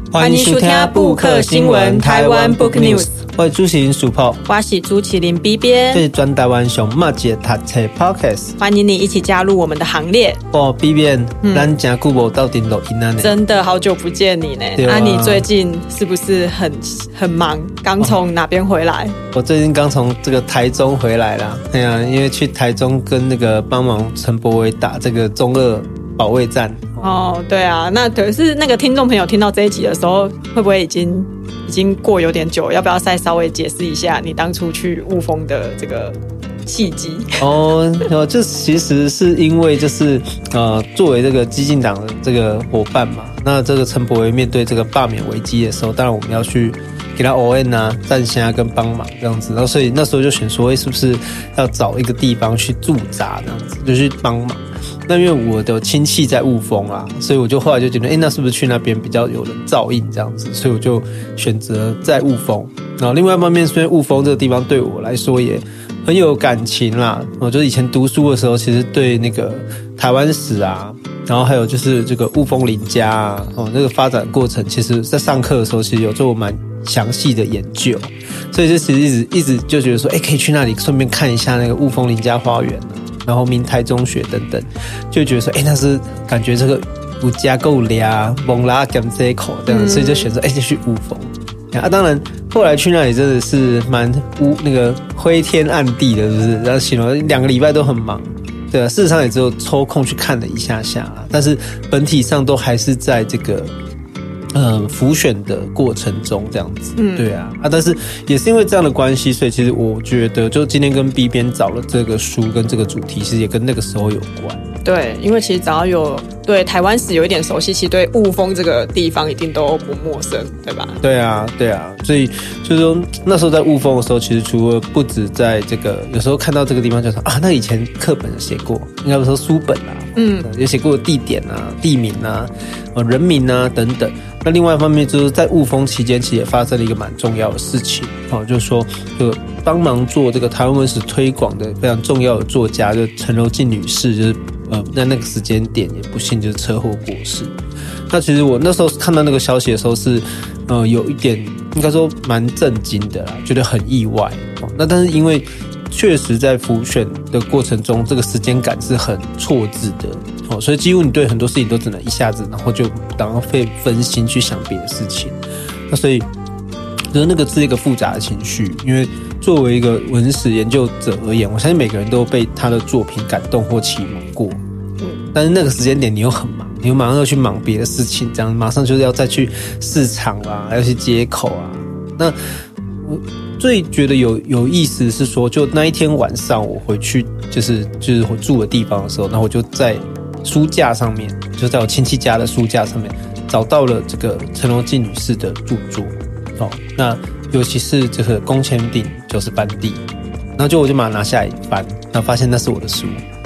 欢迎收听布克新闻台湾 Book News。 我是主持人苏泡， 我是朱麒麟 B 边， 这是全台湾上马节读册 Podcast。 欢迎你一起加入我们的行列。 哦 B 边，咱真久没到顶录音了呢， 真的好久不见你呢。你最近是不是很忙？刚从哪边回来？ 我最近刚从这个台中回来啦。对啊，因为去台中跟那个帮忙陈柏惟打这个中二保卫战。 哦，对啊，那可是那个听众朋友听到这一集的时候，会不会已经过有点久？要不要再稍微解释一下你当初去雾峰的这个契机？ 这其实是因为就是作为这个基进党的这个伙伴嘛，那这个陈柏惟面对这个罢免危机的时候，当然我们要去给他 ON 啊、站下跟帮忙这样子，然后所以那时候就选说，是不是要找一个地方去驻扎这样子，就去帮忙。那因为我的亲戚在雾峰啊，所以我就后来就觉得，那是不是去那边比较有人照应这样子，所以我就选择在雾峰。然后另外一方面，虽然雾峰这个地方对我来说也很有感情啦，我就是以前读书的时候，其实对那个台湾史啊，然后还有就是这个雾峰林家啊，那个发展过程，其实在上课的时候其实有做蛮详细的研究，所以就其实一直就觉得说，可以去那里顺便看一下那个雾峰林家花园啊，然后明台中学等等，就觉得说，那是感觉这个有家够俩蒙拉甘这一口这样，所以就选择就去雾峰。当然后来去那里真的是蛮那个灰天暗地的，是不是？然后形容2个礼拜都很忙，对啊，事实上也只有抽空去看了一下下啦，但是本体上都还是在这个浮选的过程中这样子，对啊，但是也是因为这样的关系，所以其实我觉得就今天跟 B 边找了这个书跟这个主题，其实也跟那个时候有关。对， 因为其实只要有对台湾史有一点熟悉，其实对雾峰这个地方一定都不陌生，对吧？对啊， 所以就是说那时候在雾峰的时候，其实除了不止在这个有时候看到这个地方就说那以前课本有写过，应该说书本啊，有写过地点啊、地名啊、人名啊等等。那另外一方面就是在雾峰期间，其实也发生了一个蛮重要的事情，就是说就帮忙做这个台湾文史推广的非常重要的作家，就陈柔縉女士，就是在那个时间点也不幸就是车祸过世。那其实我那时候看到那个消息的时候是有一点应该说蛮震惊的啦，觉得很意外。那但是因为确实在浮选的过程中，这个时间感是很错字的，所以几乎你对很多事情都只能一下子，然后就会分心去想别的事情。那所以就是那个是一个复杂的情绪，因为作为一个文史研究者而言，我相信每个人都被他的作品感动或启蒙过。但是那个时间点你又很忙，你又马上要去忙别的事情，这样马上就是要再去市场啊，要去街口啊。那我最觉得有意思是说，就那一天晚上我回去就是我住的地方的时候，然后我就在书架上面，就在我亲戚家的书架上面找到了这个陈柔縉女士的著作。那尤其是这个宫前町90番地，然后我就把它拿下来翻，然后发现那是我的书。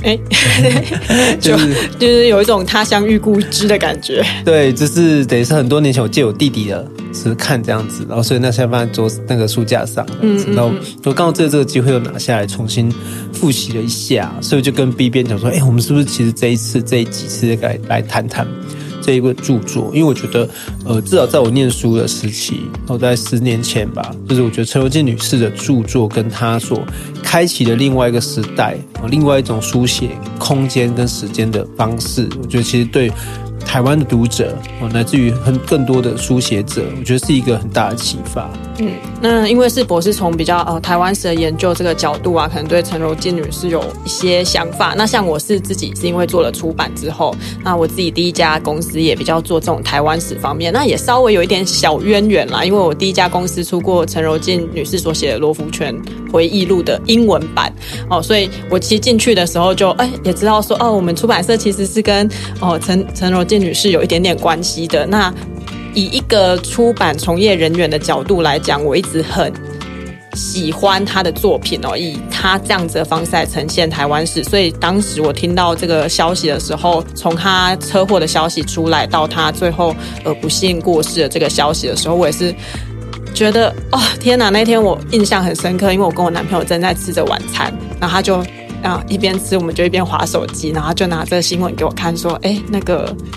就是有一种他乡遇故知的感觉。 对，就是等于是很多年前我借我弟弟的是看这样子，然后所以那现在放在那个书架上，然后我刚好这个机会又拿下来重新复习了一下，所以就跟 B 边讲说，我们是不是其实这几次来谈谈这一个著作，因为我觉得至少在我念书的时期，在10年前吧，就是我觉得陈柔縉女士的著作跟她所开启的另外一个时代，另外一种书写空间跟时间的方式，我觉得其实对台湾的读者乃至于更多的书写者，我觉得是一个很大的启发。 那因为是博士从比较台湾史的研究这个角度啊，可能对陈柔縉女士有一些想法。那像我是自己是因为做了出版之后，那我自己第一家公司也比较做这种台湾史方面，那也稍微有一点小渊源啦，因为我第一家公司出过陈柔縉女士所写的罗福全回忆录的英文版所以我其实进去的时候就也知道说我们出版社其实是跟陈柔縉女士有一点点关系的。那以一个出版从业人员的角度来讲，我一直很喜欢他的作品以他这样子的方式来呈现台湾史。所以当时我听到这个消息的时候，从他车祸的消息出来到他最后不幸过世的这个消息的时候，我也是觉得天哪，那天我印象很深刻，因为我跟我男朋友正在吃着晚餐，然后他就一边吃我们就一边滑手机，然后他就拿这个新闻给我看说那个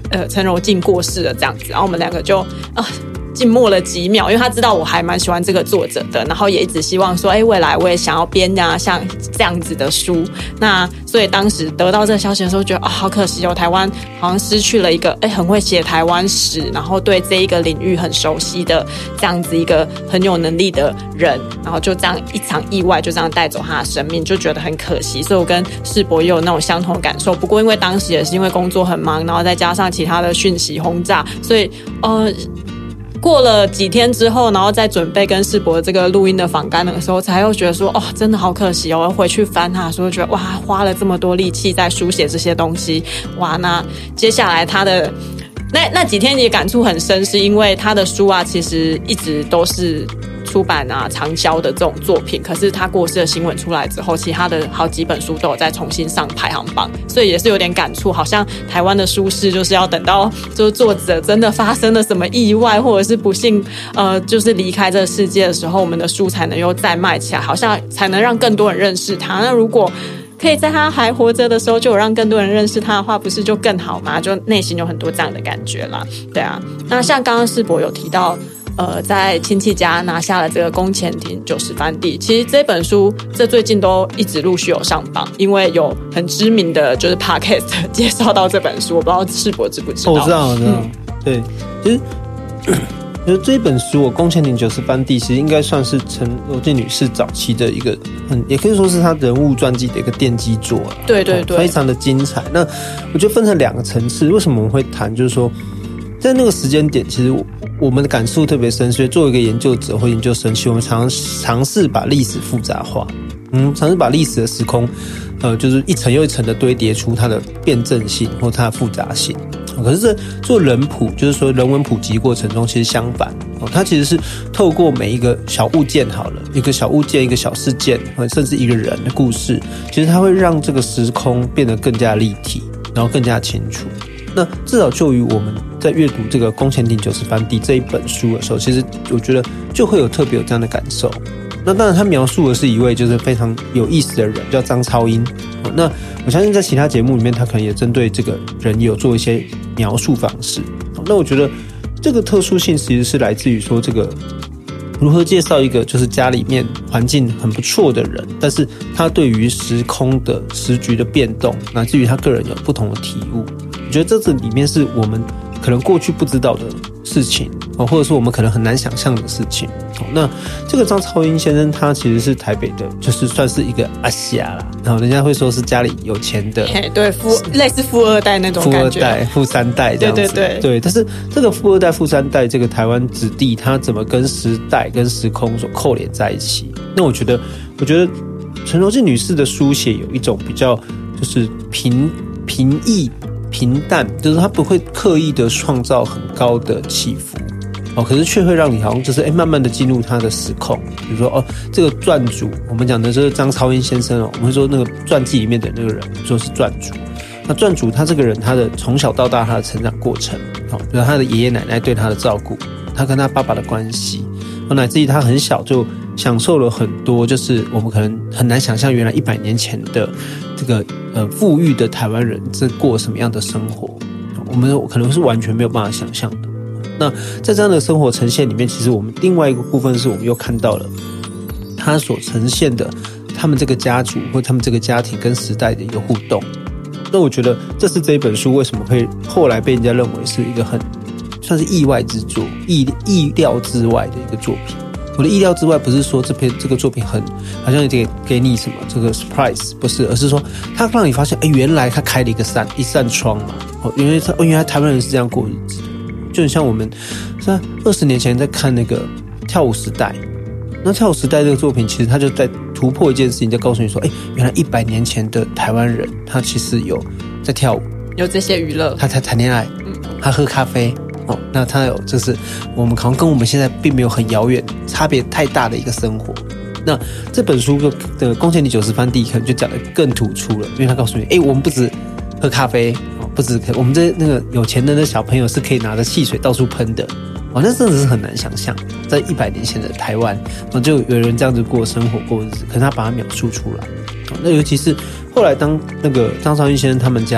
陈柔縉过世了这样子，然后我们两个就静默了几秒，因为他知道我还蛮喜欢这个作者的，然后也一直希望说未来我也想要编像这样子的书。那所以当时得到这个消息的时候觉得好可惜台湾好像失去了一个很会写台湾史，然后对这一个领域很熟悉的这样子一个很有能力的人，然后就这样一场意外就这样带走他的生命，就觉得很可惜。所以我跟世博也有那种相同的感受，不过因为当时也是因为工作很忙，然后再加上其他的讯息轰炸，所以过了几天之后，然后再准备跟世博这个录音的访纲的时候，才又觉得说真的好可惜我回去翻他的时候觉得哇，花了这么多力气在书写这些东西，哇，那接下来他的那几天也感触很深，是因为他的书其实一直都是出版畅销的这种作品，可是他过世的新闻出来之后，其他的好几本书都有再重新上排行榜，所以也是有点感触，好像台湾的书市就是要等到就是作者真的发生了什么意外，或者是不幸就是离开这个世界的时候，我们的书才能又再卖起来，好像才能让更多人认识他。那如果可以在他还活着的时候就有让更多人认识他的话，不是就更好吗？就内心有很多这样的感觉啦。对啊，那像刚刚世博有提到在亲戚家拿下了这个宫前町90番地，其实这本书最近都一直陆续有上榜，因为有很知名的就是 podcast 介绍到这本书，我不知道世博知不知道。 我知道对，其实这本书宫前町90番地其实应该算是陈柔縉女士早期的一个也可以说是她人物传记的一个奠基作对对对， 非常的精彩。那我觉得分成2个层次，为什么我们会谈，就是说在那个时间点，其实我们的感触特别深，所以作为一个研究者或研究生，其实我们尝试把历史复杂化，尝试把历史的时空，就是一层又一层的堆叠出它的辩证性或它的复杂性。可是这做人普，就是说人文普及过程中，其实相反，它其实是透过每一个小物件好了，一个小物件，一个小事件，甚至一个人的故事，其实它会让这个时空变得更加立体，然后更加清楚。那至少就于我们在阅读这个宫前町90番地这一本书的时候，其实我觉得就会有特别有这样的感受。那当然他描述的是一位就是非常有意思的人，叫张超英。那我相信在其他节目里面他可能也针对这个人有做一些描述方式。那我觉得这个特殊性其实是来自于说这个如何介绍一个就是家里面环境很不错的人，但是他对于时空的时局的变动，乃至于他个人有不同的体悟。我觉得这里面是我们可能过去不知道的事情，或者是我们可能很难想象的事情。那这个张超英先生他其实是台北的，就是算是一个阿霞啦，然后人家会说是家里有钱的， 对，类似富二代那种感觉， 富二代、富三代这样子。对，但是这个富二代、富三代这个台湾子弟，他怎么跟时代、跟时空所扣连在一起？那我觉得陈柔縉女士的书写有一种比较就是平易平淡，就是她不会刻意的创造很高的起伏，可是却会让你好像就是慢慢的进入她的时空。比如说这个传主，我们讲的就是张超英先生我们会说那个传记里面的那个人说是传主。那传主他这个人，他的从小到大他的成长过程，比如他的爷爷奶奶对他的照顾，他跟他爸爸的关系，乃至于他很小就享受了很多，就是我们可能很难想象原来100年前的这个富裕的台湾人在过什么样的生活，我们可能是完全没有办法想象的。那在这样的生活呈现里面，其实我们另外一个部分是我们又看到了他所呈现的他们这个家族或他们这个家庭跟时代的一个互动。那我觉得这是这一本书为什么会后来被人家认为是一个很算是意外之作，意料之外的一个作品。我的意料之外不是说这个作品很好像给你什么这个 surprise， 不是，而是说它让你发现原来它开了一扇窗嘛，原来台湾人是这样过日子的。就很像我们在20年前在看那个跳舞时代，那跳舞时代这个作品其实它就在突破一件事情，在告诉你说原来100年前的台湾人他其实有在跳舞，有这些娱乐，他在谈恋爱，他喝咖啡，那他有就是我们好像跟我们现在并没有很遥远差别太大的一个生活。那这本书的宫前町90番地可能就讲得更突出了，因为他告诉你我们不止喝咖啡，不止我们那个有钱人的小朋友是可以拿着汽水到处喷的，那真的是很难想象，在100年前的台湾，就有人这样子过生活过日子，可是他把它描述出来。那尤其是后来当那个张超英先生他们家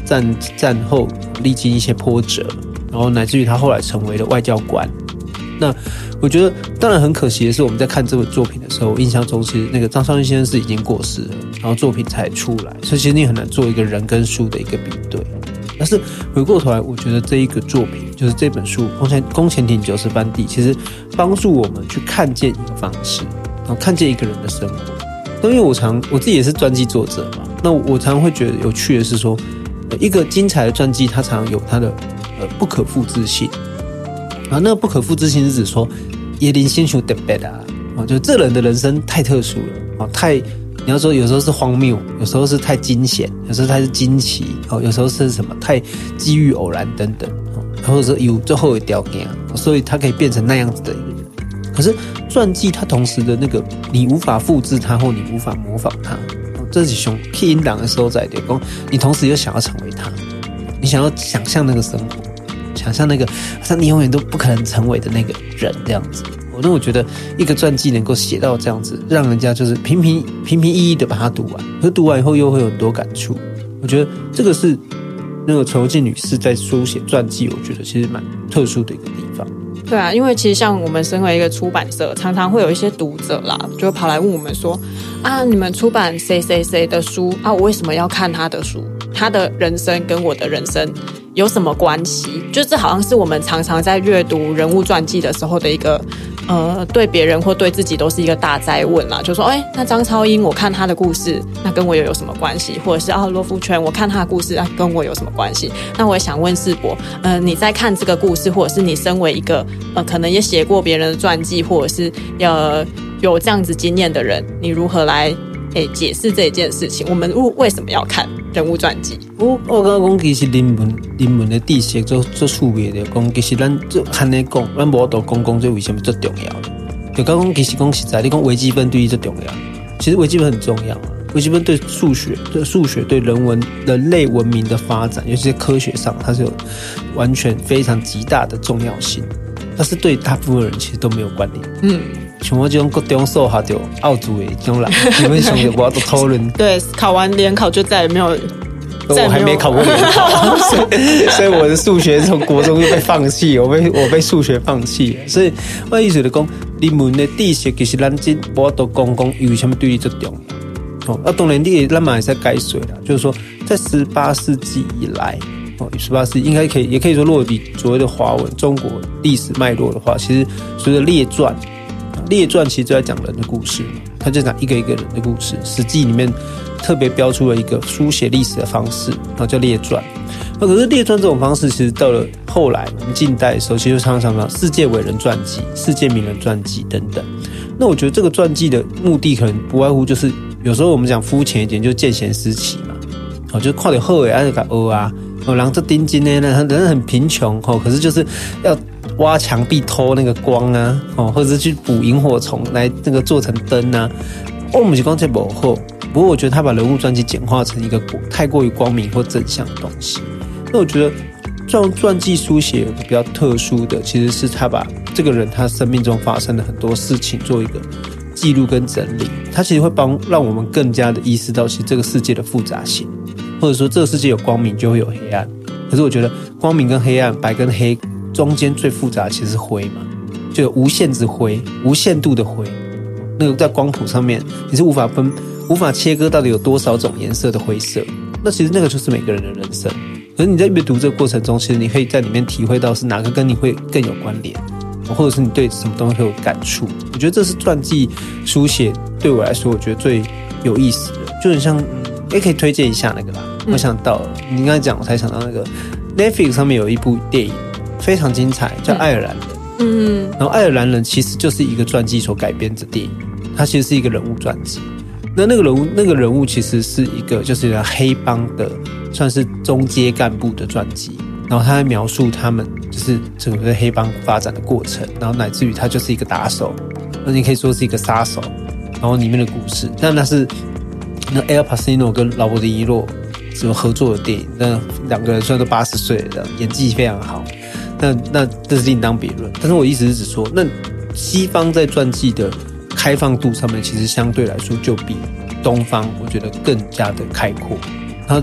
战后历经一些波折，然后乃至于他后来成为了外交官。那我觉得当然很可惜的是，我们在看这部作品的时候，印象中是那个张少云先生是已经过世了，然后作品才出来，所以其实你很难做一个人跟书的一个比对。但是回过头来，我觉得这一个作品就是这本书《宫前町90番地》，其实帮助我们去看见一个方式，然后看见一个人的生活。因为我自己也是传记作者嘛，那我常会觉得有趣的是说，一个精彩的传记，它常常有它的不可复制性。然后那个不可复制性是指说，也人生太特别啊，就这人的人生太特殊了，你要说有时候是荒谬，有时候是太惊险，有时候它是惊奇，有时候是什么太机遇偶然等等，或者是有最后一条件，所以它可以变成那样子的一个人。可是传记它同时的那个你无法复制它，或你无法模仿它，这是熊去引导的时候在对讲，你同时又想要成为他，你想要想象那个生活，想象那个像你永远都不可能成为的那个人这样子。那我觉得一个传记能够写到这样子，让人家就是平平易易的把它读完，可是读完以后又会有很多感触。我觉得这个是那个陈柔烬女士在书写传记，我觉得其实蛮特殊的一个地方。 对啊，因为其实像我们身为一个出版社，常常会有一些读者啦，就会跑来问我们说啊，你们出版谁谁谁的书啊，我为什么要看他的书？他的人生跟我的人生有什么关系？就这好像是我们常常在阅读人物传记的时候的一个对别人或对自己都是一个大哉问啦，就说那张超英我看他的故事，那跟我有什么关系？或者是罗福全我看他的故事，跟我有什么关系？那我也想问世博，你在看这个故事，或者是你身为一个可能也写过别人的传记，或者是有这样子经验的人，你如何来解释这一件事情？我们为什么要看人物传记？ 我刚刚讲，其实人文的知识做趣味的，讲其实咱就汉尼讲，咱无多讲这为什么最重要的？就刚讲其实讲实在，你讲微积分对于最重要，其实微积分很重要啊。微积分对数学对人类文明的发展，尤其是科学上，它是有完全非常极大的重要性。但是对大部分人其实都没有关联。像我这种国中数学就澳洲的这种人，你们想着我要都讨论。 对，考完联考就再也没有。 我还没考过联考，所以我的数学从国中就被放弃，我被数学放弃。所以我意思就讲，人文的知识其实咱真我都讲为什么对你最重要。当然咱嘛也在改水啦，就是说在18世纪以来，18世纪应该也可以说落笔所谓的华文中国历史脉络的话，其实随着列传其实就在讲人的故事嘛，他就讲一个一个人的故事。史记里面特别标出了一个书写历史的方式，然后叫列传。可是列传这种方式，其实到了后来我们近代的时候，其实常常世界伟人传记、世界名人传记等等。那我觉得这个传记的目的可能不外乎就是有时候我们讲肤浅一点，就见贤思齐嘛，就看到好的就给学啊，人这丁金呢，人很贫穷可是就是要挖墙壁偷那个光啊，或者是去捕萤火虫来那个做成灯啊。我们是讲这不好，不过我觉得他把人物传记简化成一个太过于光明或正向的东西。那我觉得传记书写有个比较特殊的，其实是他把这个人他生命中发生的很多事情做一个记录跟整理，他其实会让我们更加的意识到其实这个世界的复杂性，或者说这个世界有光明就会有黑暗。可是我觉得光明跟黑暗，白跟黑中间最复杂的其实是灰嘛，就有无限之灰，无限度的灰。那个在光谱上面你是无法切割到底有多少种颜色的灰色。那其实那个就是每个人的人生。可是你在阅读这个过程中，其实你可以在里面体会到是哪个跟你会更有关联，或者是你对什么东西会有感触。我觉得这是传记书写对我来说我觉得最有意思的。就很像也可以推荐一下那个啦，我想到了你刚才讲我才想到那个 Netflix 上面有一部电影非常精彩，叫爱尔兰人。然后爱尔兰人其实就是一个传记所改编的电影，它其实是一个人物传记。那个人物其实是一个就是黑帮的算是中阶干部的传记，然后他在描述他们就是整个黑帮发展的过程，然后乃至于他就是一个打手，那你可以说是一个杀手，然后里面的故事。但那是那 Al Pacino 跟劳勃迪尼洛有合作的电影，那两个人虽然都80岁了，演技非常好，那这是另当别论。但是我意思是指说，那西方在传记的开放度上面，其实相对来说就比东方我觉得更加的开阔。它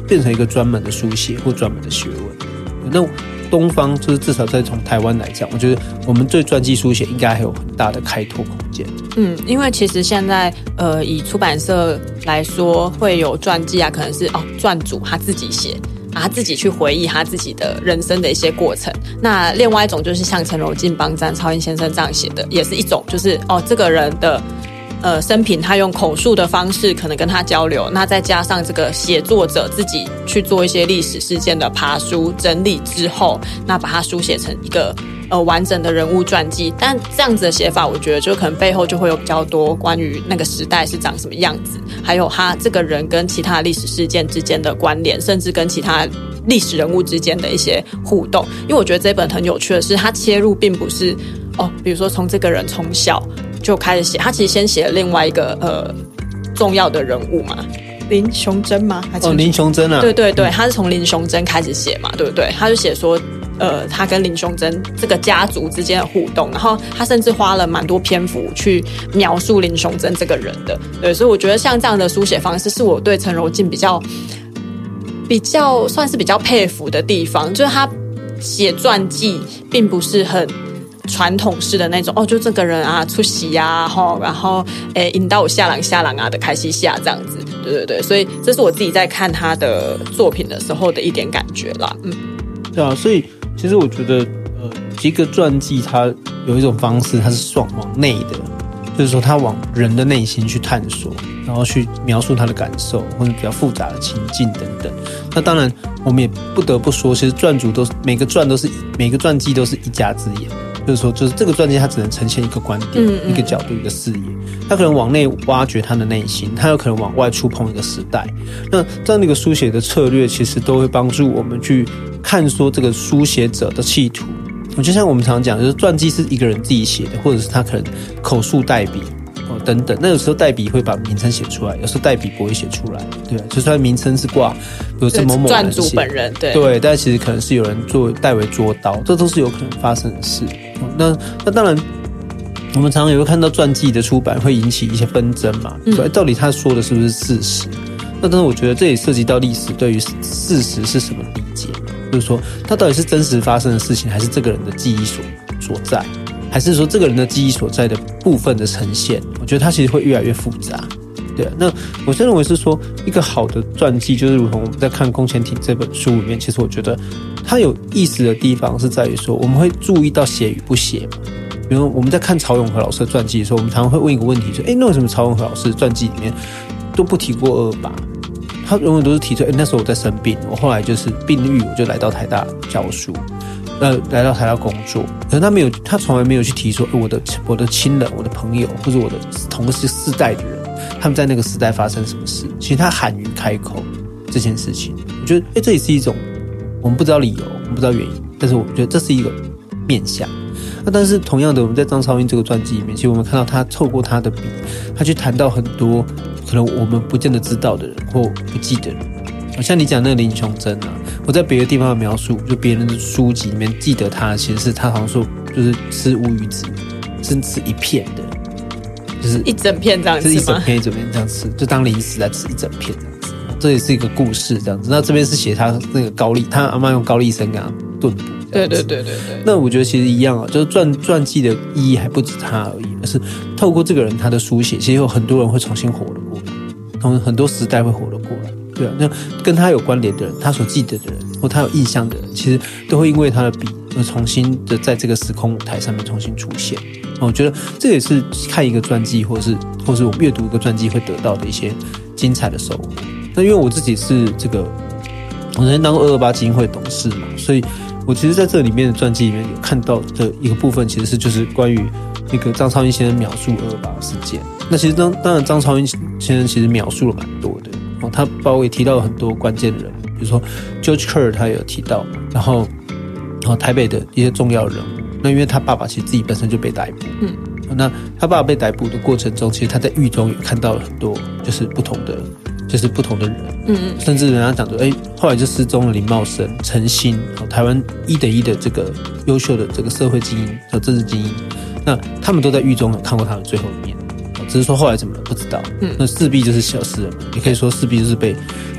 变成一个专门的书写或专门的学问。那东方就是至少在从台湾来讲，我觉得我们对传记书写应该还有很大的开拓空间。 因为其实现在以出版社来说，会有传记啊，可能是传主他自己写。他自己去回忆他自己的人生的一些过程。那另外一种就是像陈柔縉帮张超英先生这样写的，也是一种，就是这个人的生平，他用口述的方式可能跟他交流，那再加上这个写作者自己去做一些历史事件的爬书整理之后，那把它书写成一个完整的人物传记。但这样子的写法，我觉得就可能背后就会有比较多关于那个时代是长什么样子，还有他这个人跟其他历史事件之间的关联，甚至跟其他历史人物之间的一些互动。因为我觉得这本很有趣的是，他切入并不是比如说从这个人从小就开始写，他其实先写了另外一个重要的人物嘛，林雄珍吗？ 林雄珍啊， 对对对，他是从林雄珍开始写嘛，对不对？他就写说他跟林雄珍这个家族之间的互动，然后他甚至花了蛮多篇幅去描述林雄珍这个人的。对，所以我觉得像这样的书写方式是我对陈柔縉比较算是比较佩服的地方，就是他写传记并不是很传统式的那种就这个人啊出席啊，然后引导下郎啊的开西下这样子。对对对，所以这是我自己在看他的作品的时候的一点感觉啦。 对啊，所以其实我觉得一个传记它有一种方式，它是往内的，就是说它往人的内心去探索，然后去描述他的感受或者比较复杂的情境等等。那当然我们也不得不说，其实传主每个传记都是一家之言，就是说就是这个传记它只能呈现一个观点，一个角度，一个视野，它可能往内挖掘他的内心，它有可能往外触碰一个时代。那这样的一个书写的策略其实都会帮助我们去看说这个书写者的企图。就像我们常常讲，就是传记是一个人自己写的，或者是他可能口述代笔等等。那有时候代笔会把名称写出来，有时候代笔不会写出来，对，就算名称是挂比如是某某人传主本人， 对，但其实可能是有人代为捉刀，这都是有可能发生的事。那当然我们常常也会看到传记的出版会引起一些纷争嘛，说到底他说的是不是事实？那但是我觉得这也涉及到历史对于事实是什么理解，就是说它到底是真实发生的事情，还是这个人的记忆所在，还是说这个人的记忆所在的部分的呈现？我觉得它其实会越来越复杂。对啊，那我认为是说，一个好的传记就是如同我们在看宫前町这本书里面，其实我觉得它有意思的地方是在于说，我们会注意到写与不写嘛。比如我们在看曹永和老师的传记的时候，我们常常会问一个问题，说那为什么曹永和老师的传记里面都不提过228？他永远都是提出那时候我在生病，我后来就是病愈，我就来到台大教书，来到台大工作。可是他从来没有去提说我的亲人、我的朋友或者我的同世代的人，他们在那个时代发生什么事。其实他罕于开口这件事情，我觉得这也是一种我们不知道理由，我们不知道原因，但是我觉得这是一个面向。那但是同样的，我们在张超英这个传记里面，其实我们看到他透过他的笔，他去谈到很多可能我们不见得知道的人或不记得的人。像你讲那个林雄珍啊，我在别的地方的描述，就别人的书籍里面记得他，其实是他好像说就是吃乌鱼子，是吃一片的，就是一整片这样子吗？ 是一整片这样吃，就当零食来吃一整片这样子。这也是一个故事这样子。那这边是写他那个高丽，他阿嬷用高丽参给他炖补。 对。 那我觉得其实一样啊，就是传记的意义还不止他而已，而是透过这个人他的书写，其实有很多人会重新活了过来，从很多时代会活了过来。对啊，那跟他有关联的人，他所记得的人，或他有印象的人，其实都会因为他的笔而重新的在这个时空舞台上面重新出现。我觉得这也是看一个传记，或是我们阅读一个传记会得到的一些精彩的收获。那因为我自己是我曾经当过228基金会董事嘛，所以我其实在这里面的传记里面有看到的一个部分，其实是就是关于那个张超英先生描述228事件。那其实当然张超英先生其实描述了蛮多的，他包括也提到了很多关键的人，比如说 George Kerr 他也有提到，然后台北的一些重要人物。那因为他爸爸其实自己本身就被逮捕，那他爸爸被逮捕的过程中，其实他在狱中也看到了很多就是不同的人，甚至人家讲说，后来就失踪了林茂生、陈新，台湾1:1的这个优秀的这个社会精英和政治精英，那他们都在狱中有看过他的最后一面，只是说后来怎么了不知道，那势必就是消失了嘛，也可以说势必就是被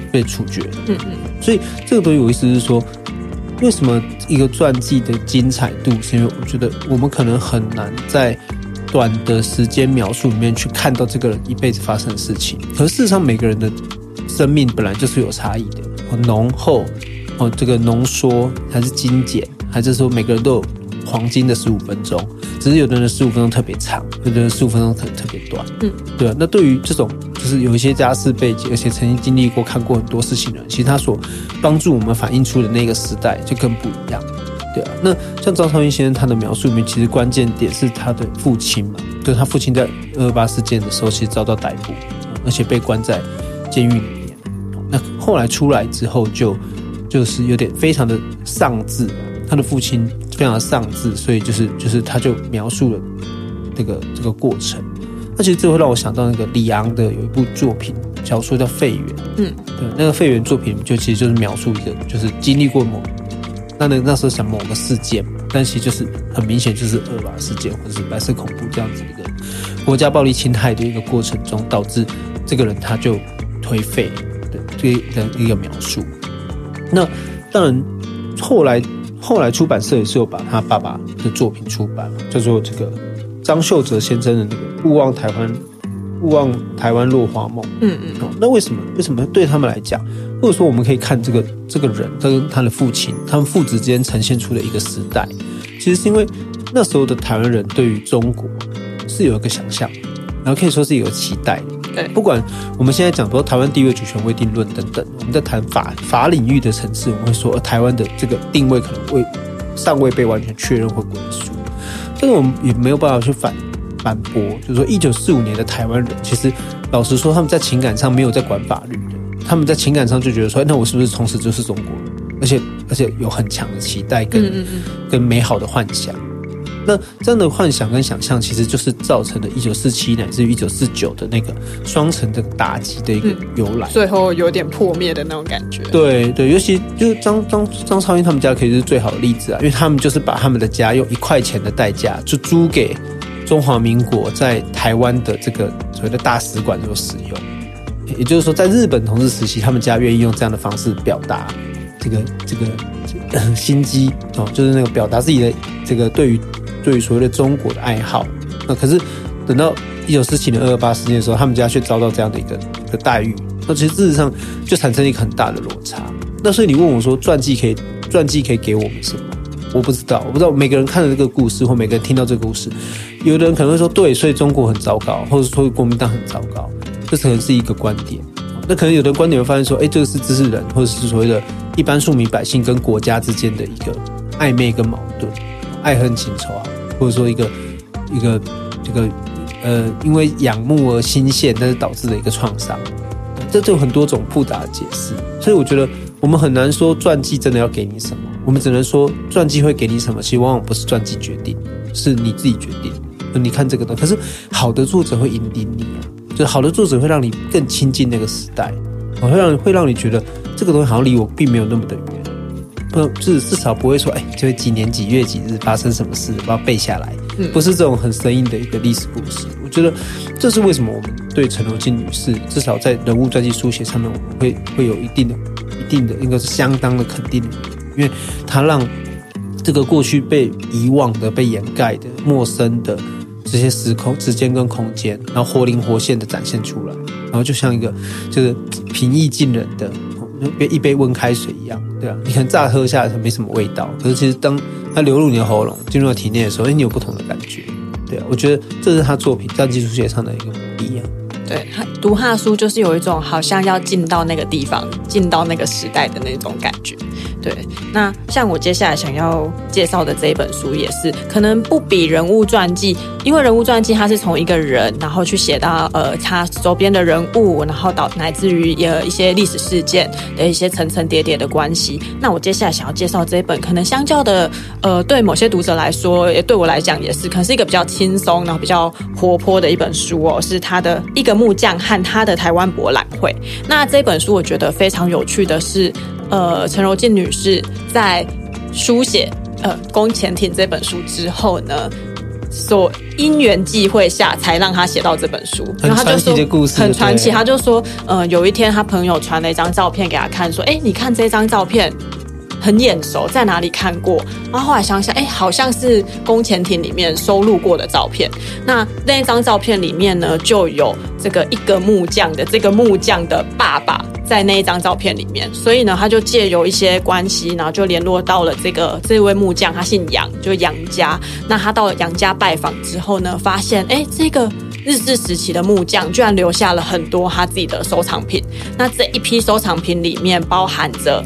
被处决。所以这个东西我意思是说，为什么一个传记的精彩度，是因为我觉得我们可能很难在短的时间描述里面去看到这个人一辈子发生的事情。可是事实上，每个人的生命本来就是有差异的，浓厚这个浓缩还是精简，还是说每个人都有黄金的15分钟，只是有的人15分钟特别长，有的人15分钟特别短。对啊。那对于这种就是有一些家世背景，而且曾经经历过、看过很多事情的人，其实他所帮助我们反映出的那个时代就更不一样。对啊。那像张超英先生他的描述里面，其实关键点是他的父亲嘛，就是他父亲在228事件的时候其实遭到逮捕，而且被关在监狱里面。那后来出来之后就是有点非常的丧志，他的父亲非常的丧志，所以就是他就描述了这个过程。那其实这会让我想到那个李昂的有一部作品小说叫《废园》。对，那个《废园》作品其实就是描述一个就是经历过那时候想某个事件嘛，但其实就是很明显就是228事件或者是白色恐怖这样子一个国家暴力侵害的一个过程中，导致这个人他就颓废的这一个描述。那当然后来出版社也是有把他爸爸的作品出版，叫做这个张秀哲先生的那个勿忘台湾落花梦。那为什么对他们来讲，或者说我们可以看这个人跟他的父亲，他们父子之间呈现出的一个时代，其实是因为那时候的台湾人对于中国是有一个想象，然后可以说是有期待的。 对， 不管我们现在讲说台湾地位主权未定论等等，我们在谈法领域的层次，我们会说台湾的这个定位可能尚未被完全确认或归属，但是我们也没有办法去反驳，就是说1945年的台湾人，其实老实说他们在情感上没有在管法律的，他们在情感上就觉得说，那我是不是从此就是中国人，而且有很强的期待跟美好的幻想。那这样的幻想跟想象，其实就是造成了1947乃至于1949的那个双城的打击的一个由来， 最后有点破灭的那种感觉。 对，尤其就是张超英他们家可以是最好的例子啊，因为他们就是把他们的家用1块钱的代价就租给中华民国在台湾的这个所谓的大使馆所使用。也就是说，在日本统治时期，他们家愿意用这样的方式表达这个心机就是那个表达自己的这个对于所谓的中国的爱好。那可是等到1947年228事件的时候，他们家却遭到这样的一个待遇，那其实事实上就产生一个很大的落差。那所以你问我说传记可以给我们什么？我不知道每个人看了这个故事，或每个人听到这个故事，有的人可能会说对，所以中国很糟糕，或者说国民党很糟糕，这可能是一个观点。那可能有的观点会发现说，这个是知识人或者是所谓的一般庶民百姓跟国家之间的一个暧昧跟矛盾，爱恨情仇啊，或者说一个这个因为仰慕而心陷，但是导致的一个创伤，这就有很多种复杂的解释。所以我觉得我们很难说传记真的要给你什么，我们只能说传记会给你什么，其实往往不是传记决定，是你自己决定。你看这个东西，可是好的作者会引领你啊，就是好的作者会让你更亲近那个时代，会让你觉得这个东西好像离我并没有那么的远，至少不会说就几年几月几日发生什么事我要背下来，不是这种很生硬的一个历史故事。我觉得这是为什么我们对陈柔縉女士至少在人物传记书写上面，我们会有一定的应该是相当的肯定的原因，因为它让这个过去被遗忘的、被掩盖的、陌生的这些时间跟空间，然后活灵活现的展现出来，然后就像一个就是平易近人的一杯温开水一样，对啊，你可能乍喝下来没什么味道，可是其实当它流入你的喉咙、进入到体内的时候，你有不同的感觉，对啊，我觉得这是他作品传记书写上的一个魔力啊。 对，读他的书就是有一种好像要进到那个地方、进到那个时代的那种感觉。对，那像我接下来想要介绍的这一本书也是，可能不比人物传记，因为人物传记它是从一个人，然后去写到他周边的人物，然后乃至于一些历史事件的一些层层叠叠的关系。那我接下来想要介绍这一本，可能相较的对某些读者来说，也对我来讲也是，可能是一个比较轻松，然后比较活泼的一本书哦，是他的一个木匠和他的台湾博览会。那这本书我觉得非常有趣的是，陈柔縉女士在书写《宫前艇》这本书之后呢， 所因缘际会下才让他写到这本书。 很传奇的故事， 很传奇。他就说，有一天他朋友传了一张照片给他看，说，你看这张照片很眼熟，在哪里看过？然后后来想想，好像是宫前町里面收录过的照片。那一张照片里面呢，就有这个一个木匠的这个木匠的爸爸在那一张照片里面，所以呢，他就借由一些关系，然后就联络到了这位木匠，他姓杨，就是杨家。那他到了杨家拜访之后呢，发现这个日治时期的木匠居然留下了很多他自己的收藏品。那这一批收藏品里面包含着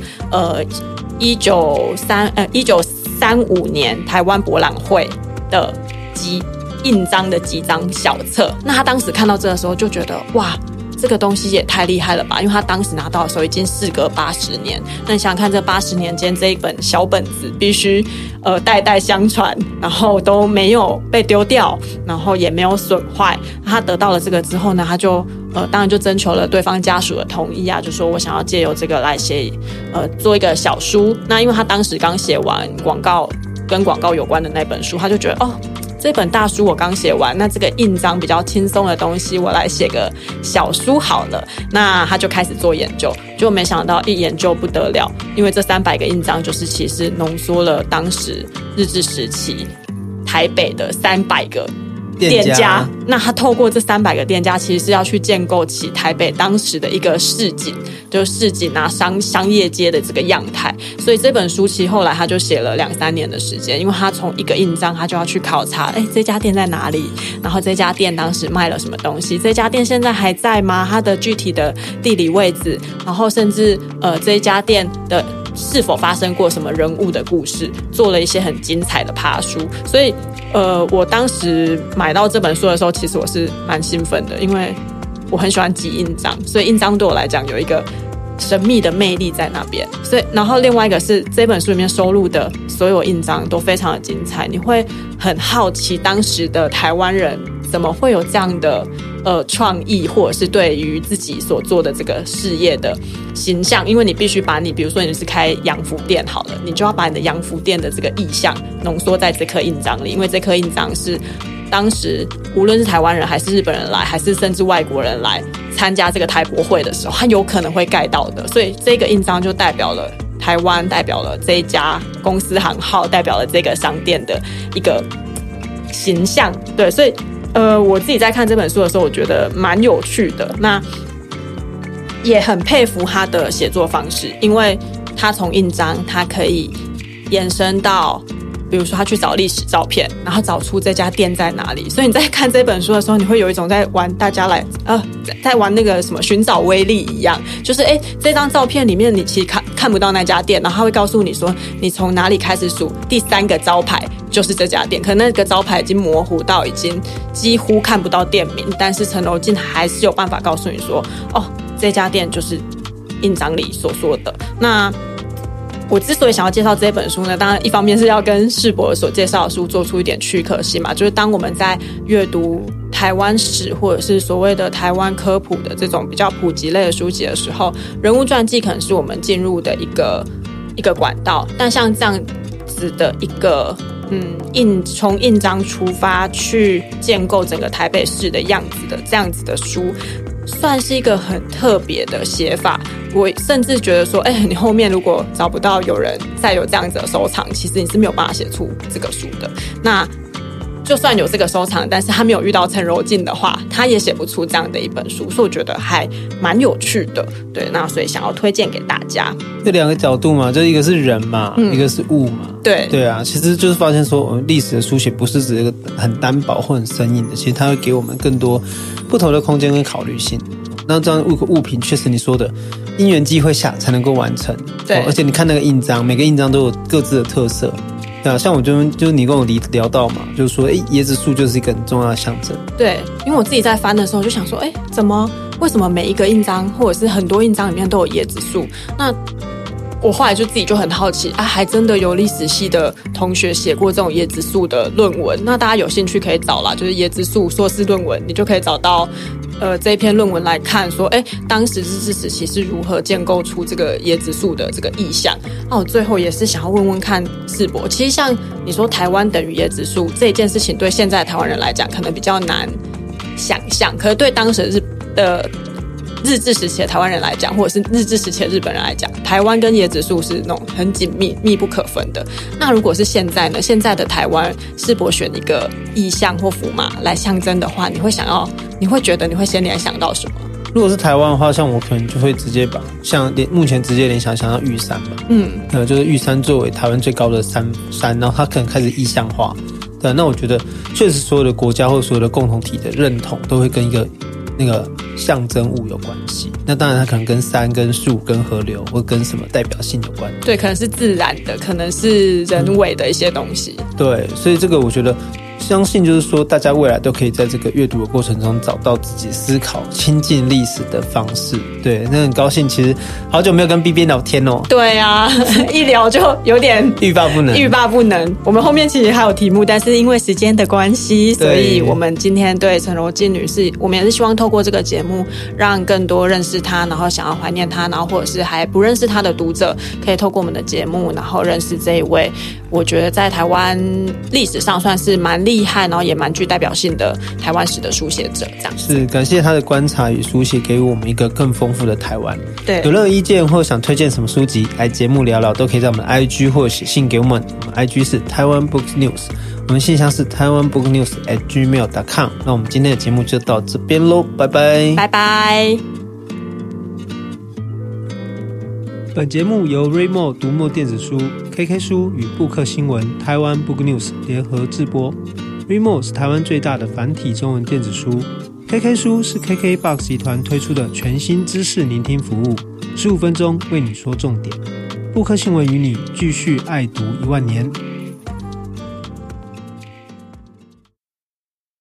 1935年台湾博览会的印章的几张小册。那他当时看到这个时候就觉得，哇，这个东西也太厉害了吧，因为他当时拿到的时候已经事隔80年。那你想想看，这80年间这一本小本子必须代代相传，然后都没有被丢掉，然后也没有损坏。他得到了这个之后呢，他就当然就征求了对方家属的同意啊，就说我想要借由这个来做一个小书。那因为他当时刚写完跟广告有关的那本书，他就觉得这本大书我刚写完，那这个印章比较轻松的东西，我来写个小书好了。那他就开始做研究，就没想到一研究不得了，因为这300个印章就是其实浓缩了当时日治时期台北的300个店家。那他透过这300个店家，其实是要去建构起台北当时的一个市井，就是市井啊商业街的这个样态。所以这本书其实后来他就写了2-3年的时间，因为他从一个印章他就要去考察，这家店在哪里，然后这家店当时卖了什么东西，这家店现在还在吗？它的具体的地理位置，然后甚至这家店的是否发生过什么人物的故事，做了一些很精彩的爬书。所以我当时买到这本书的时候，其实我是蛮兴奋的，因为我很喜欢集印章，所以印章对我来讲有一个神秘的魅力在那边。所以然后另外一个是这本书里面收录的所有印章都非常的精彩，你会很好奇当时的台湾人怎么会有这样的创意，或者是对于自己所做的这个事业的形象。因为你必须把比如说你是开洋服店好了，你就要把你的洋服店的这个意象浓缩在这颗印章里，因为这颗印章是当时无论是台湾人还是日本人来，还是甚至外国人来参加这个台博会的时候，他有可能会盖到的。所以这个印章就代表了台湾，代表了这一家公司行号，代表了这个商店的一个形象。对，所以我自己在看这本书的时候，我觉得蛮有趣的。那也很佩服他的写作方式，因为他从印章，他可以延伸到，比如说他去找历史照片，然后找出这家店在哪里。所以你在看这本书的时候，你会有一种在玩大家来在玩那个什么寻找威力一样，就是这张照片里面你其实看不到那家店，然后他会告诉你说你从哪里开始数第3个招牌就是这家店，可能那个招牌已经模糊到已经几乎看不到店名，但是陈柔縉还是有办法告诉你说这家店就是印章里所说的。那我之所以想要介绍这本书呢，当然一方面是要跟世博所介绍的书做出一点区隔性嘛，就是当我们在阅读台湾史或者是所谓的台湾科普的这种比较普及类的书籍的时候，人物传记可能是我们进入的一个管道，但像这样子的一个从印章出发去建构整个台北市的样子的这样子的书，算是一个很特别的写法。我甚至觉得说你后面如果找不到有人再有这样子的收藏，其实你是没有办法写出这个书的。那就算有这个收藏，但是他没有遇到陈柔縉的话，他也写不出这样的一本书。所以我觉得还蛮有趣的。对，那所以想要推荐给大家。 这2个角度嘛，就一个是人嘛，一个是物嘛。对啊，其实就是发现说，我们历史的书写不是只是一个很单薄或很生硬的，其实它会给我们更多不同的空间跟考虑性。那这样物品确实你说的因缘际会下才能够完成。对，而且你看那个印章，每个印章都有各自的特色。对啊，像我就是你跟我聊到嘛，就是说椰子树就是一个很重要的象征。对， 因为我自己在翻的时候就想说为什么每一个印章或者是很多印章里面都有椰子树？那我后来就自己就很好奇还真的有历史系的同学写过这种椰子树的论文。那大家有兴趣可以找啦，就是椰子树硕士论文，你就可以找到这篇论文来看说，当时日治时期是如何建构出这个椰子树的这个意象。那我最后也是想要问问看世博，其实像你说台湾等于椰子树这件事情，对现在的台湾人来讲可能比较难想象，可是对当时日治时期的台湾人来讲，或者是日治时期的日本人来讲，台湾跟椰子树是那种很紧密、密不可分的。那如果是现在呢？现在的台湾，世博选一个意象或符码来象征的话，你会觉得你会先联想到什么？ 如果是台湾的话，像我可能就会直接把目前直接联想到玉山嘛，就是玉山作为台湾最高的山，然后它可能开始意象化。对，那我觉得确实所有的国家或所有的共同体的认同都会跟一个那个象征物有关系，那当然它可能跟山、跟树、跟河流或跟什么代表性有关。 对，可能是自然的，可能是人为的一些东西。 对，所以这个我觉得相信就是说大家未来都可以在这个阅读的过程中找到自己思考亲近历史的方式。对，那很高兴其实好久没有跟 B B 聊天哦。 对啊，一聊就有点欲罢不能。 我们后面其实还有题目，但是因为时间的关系，所以我们今天对陈柔縉女士，我们也是希望透过这个节目让更多认识她，然后想要怀念她，然后或者是还不认识她的读者可以透过我们的节目然后认识这一位我觉得在台湾历史上算是蛮厉害，然后也蛮具代表性的台湾史的书写者。这样是感谢他的观察与书写，给予我们一个更丰富的台湾。 对， 有任何意见或想推荐什么书籍来节目聊聊，都可以在我们的 IG 或者写信给我们。我们 IG 是台湾 Books News， 我们信箱是台湾 Book News@gmail.com。那我们今天的节目就到这边咯，拜拜， 拜拜。 本节目由 Readmoo 读墨电子书、KK 书与布克新闻、台湾 Book News 联合制播。Readmoo 是台湾最大的繁体中文电子书。KK 书是 KKBOX 集团推出的全新知识聆听服务，15分钟为你说重点。布克新闻与你继续爱读10000年。